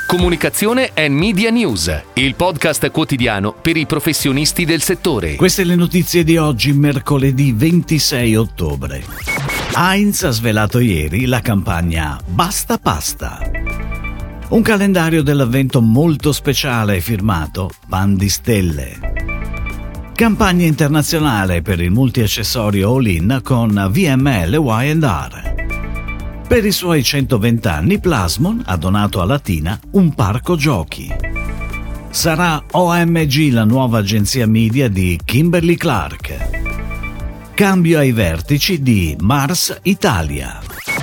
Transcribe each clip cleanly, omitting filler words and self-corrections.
Comunicazione and Media News, il podcast quotidiano per i professionisti del settore. Queste le notizie di oggi, mercoledì 26 ottobre. Heinz ha svelato ieri la campagna Basta Pasta. Un calendario dell'avvento molto speciale firmato Pan di Stelle. Campagna internazionale per il multiaccessorio all-in con VML Y&R. Per i suoi 120 anni Plasmon ha donato a Latina un parco giochi. Sarà OMG la nuova agenzia media di Kimberly Clark. Cambio ai vertici di Mars Italia.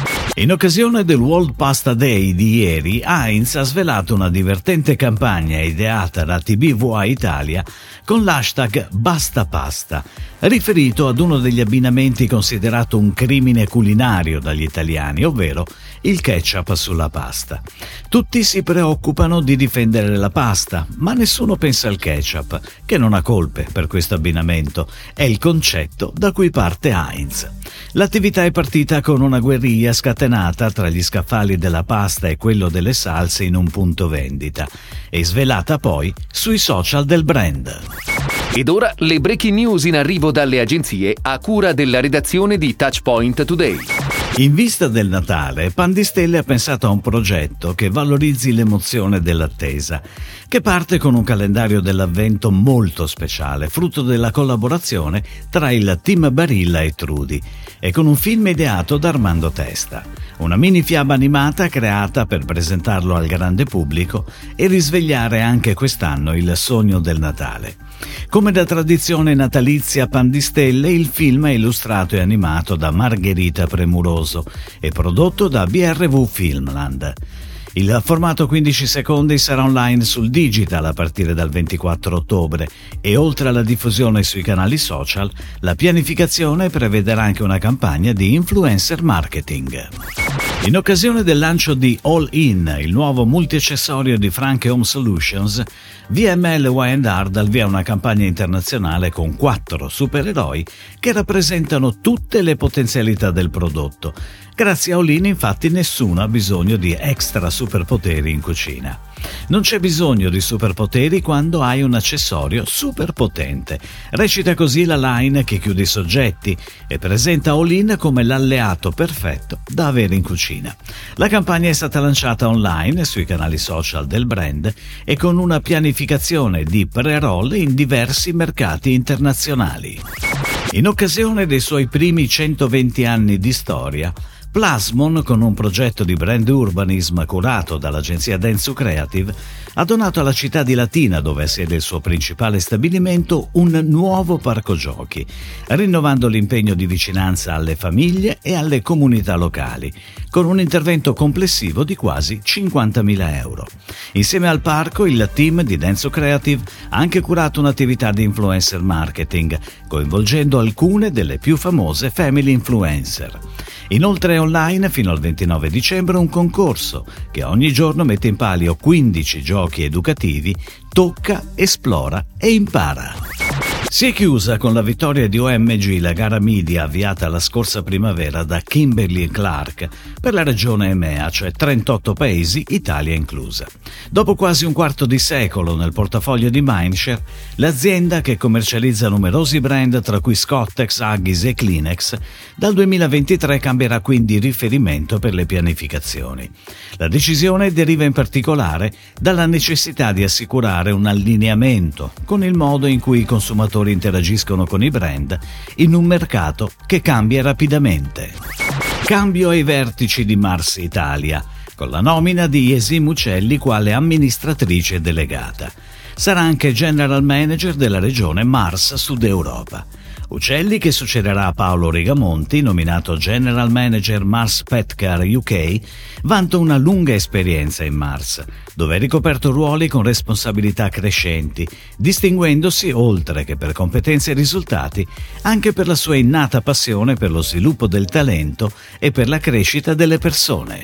In occasione del World Pasta Day di ieri, Heinz ha svelato una divertente campagna ideata da TBWA Italia con l'hashtag Basta Pasta, riferito ad uno degli abbinamenti considerato un crimine culinario dagli italiani, ovvero il ketchup sulla pasta. Tutti si preoccupano di difendere la pasta, ma nessuno pensa al ketchup, che non ha colpe per questo abbinamento. È il concetto da cui parte Heinz. L'attività è partita con una guerriglia scatenata tra gli scaffali della pasta e quello delle salse in un punto vendita e svelata poi sui social del brand. Ed ora le breaking news in arrivo dalle agenzie a cura della redazione di Touchpoint Today. In vista del Natale, Pan di Stelle ha pensato a un progetto che valorizzi l'emozione dell'attesa, che parte con un calendario dell'avvento molto speciale, frutto della collaborazione tra il team Barilla e Trudi, e con un film ideato da Armando Testa. Una mini fiaba animata creata per presentarlo al grande pubblico e risvegliare anche quest'anno il sogno del Natale. Come da tradizione natalizia Pan di Stelle, il film è illustrato e animato da Margherita Premuroso e prodotto da BRV Filmland. Il formato 15 secondi sarà online sul digital a partire dal 24 ottobre e oltre alla diffusione sui canali social, la pianificazione prevederà anche una campagna di influencer marketing. In occasione del lancio di All In, il nuovo multiaccessorio di Franke Home Solutions, VML Y&R dà il via a una campagna internazionale con 4 supereroi che rappresentano tutte le potenzialità del prodotto. Grazie a All In, infatti, nessuno ha bisogno di extra superpoteri in cucina. Non c'è bisogno di superpoteri quando hai un accessorio superpotente. Recita così la line che chiude i soggetti e presenta All In come l'alleato perfetto da avere in cucina. La campagna è stata lanciata online sui canali social del brand e con una pianificazione di pre-roll in diversi mercati internazionali. In occasione dei suoi primi 120 anni di storia, Plasmon, con un progetto di brand urbanism curato dall'agenzia Dentsu Creative, ha donato alla città di Latina, dove ha sede il suo principale stabilimento, un nuovo parco giochi, rinnovando l'impegno di vicinanza alle famiglie e alle comunità locali, con un intervento complessivo di quasi 50.000 euro. Insieme al parco, il team di Dentsu Creative ha anche curato un'attività di influencer marketing, coinvolgendo alcune delle più famose family influencer. Inoltre è online fino al 29 dicembre un concorso che ogni giorno mette in palio 15 giochi educativi, tocca, esplora e impara. Si è chiusa con la vittoria di OMG la gara media avviata la scorsa primavera da Kimberly Clark per la regione EMEA, cioè 38 paesi, Italia inclusa. Dopo quasi un quarto di secolo nel portafoglio di Mindshare, l'azienda, che commercializza numerosi brand tra cui Scottex, Huggies e Kleenex, dal 2023 cambierà quindi riferimento per le pianificazioni. La decisione deriva in particolare dalla necessità di assicurare un allineamento con il modo in cui i consumatori interagiscono con i brand in un mercato che cambia rapidamente. Cambio ai vertici di Mars Italia, con la nomina di Yesim Uccelli quale amministratrice delegata. Sarà anche General Manager della regione Mars Sud Europa. Uccelli, che succederà a Paolo Rigamonti, nominato General Manager Mars Petcare UK, vanta una lunga esperienza in Mars, dove ha ricoperto ruoli con responsabilità crescenti, distinguendosi, oltre che per competenze e risultati, anche per la sua innata passione per lo sviluppo del talento e per la crescita delle persone.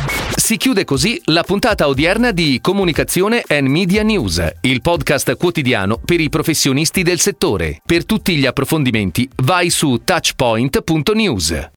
Si chiude così la puntata odierna di Comunicazione and Media News, il podcast quotidiano per i professionisti del settore. Per tutti gli approfondimenti vai su touchpoint.news.